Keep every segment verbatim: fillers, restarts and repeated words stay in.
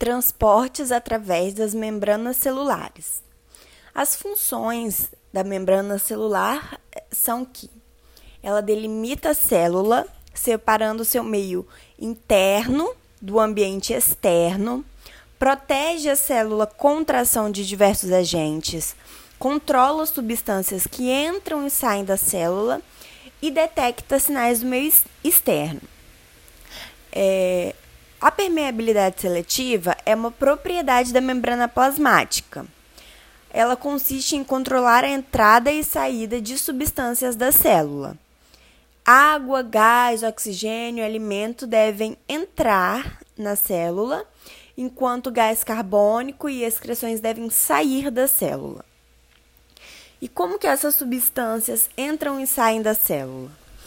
Transportes através das membranas celulares. As funções da membrana celular são que ela delimita a célula, separando seu meio interno do ambiente externo, protege a célula contra a ação de diversos agentes, controla as substâncias que entram e saem da célula e detecta sinais do meio externo. É, a permeabilidade seletiva é uma propriedade da membrana plasmática. Ela consiste em controlar a entrada e saída de substâncias da célula. Água, gás, oxigênio e alimento devem entrar na célula, enquanto gás carbônico e excreções devem sair da célula. E como que essas substâncias entram e saem da célula?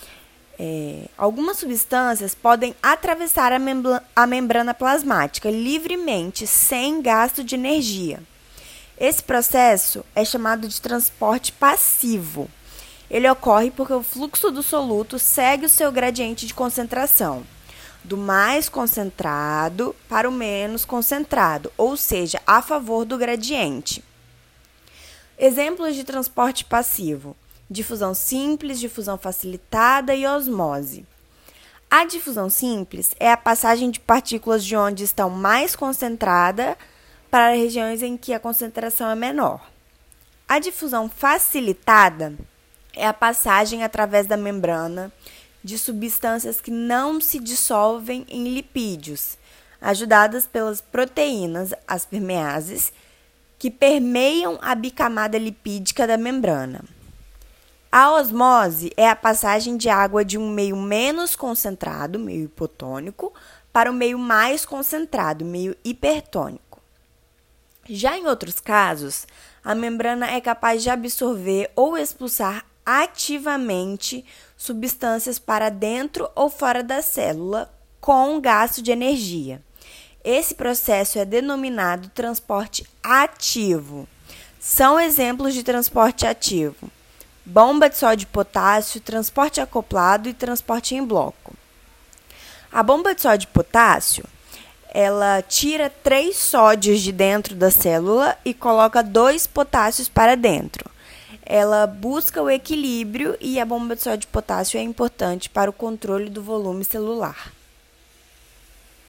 É, algumas substâncias podem atravessar a, membra- a membrana plasmática livremente, sem gasto de energia. Esse processo é chamado de transporte passivo. Ele ocorre porque o fluxo do soluto segue o seu gradiente de concentração, do mais concentrado para o menos concentrado, ou seja, a favor do gradiente. Exemplos de transporte passivo: difusão simples, difusão facilitada e osmose. A difusão simples é a passagem de partículas de onde estão mais concentradas para regiões em que a concentração é menor. A difusão facilitada é a passagem através da membrana de substâncias que não se dissolvem em lipídios, ajudadas pelas proteínas, as permeases, que permeiam a bicamada lipídica da membrana. A osmose é a passagem de água de um meio menos concentrado, meio hipotônico, para o meio mais concentrado, meio hipertônico. Já em outros casos, a membrana é capaz de absorver ou expulsar ativamente substâncias para dentro ou fora da célula com gasto de energia. Esse processo é denominado transporte ativo. São exemplos de transporte ativo: bomba de sódio e potássio, transporte acoplado e transporte em bloco. A bomba de sódio e potássio, ela tira três sódios de dentro da célula e coloca dois potássios para dentro. Ela busca o equilíbrio e a bomba de sódio e potássio é importante para o controle do volume celular.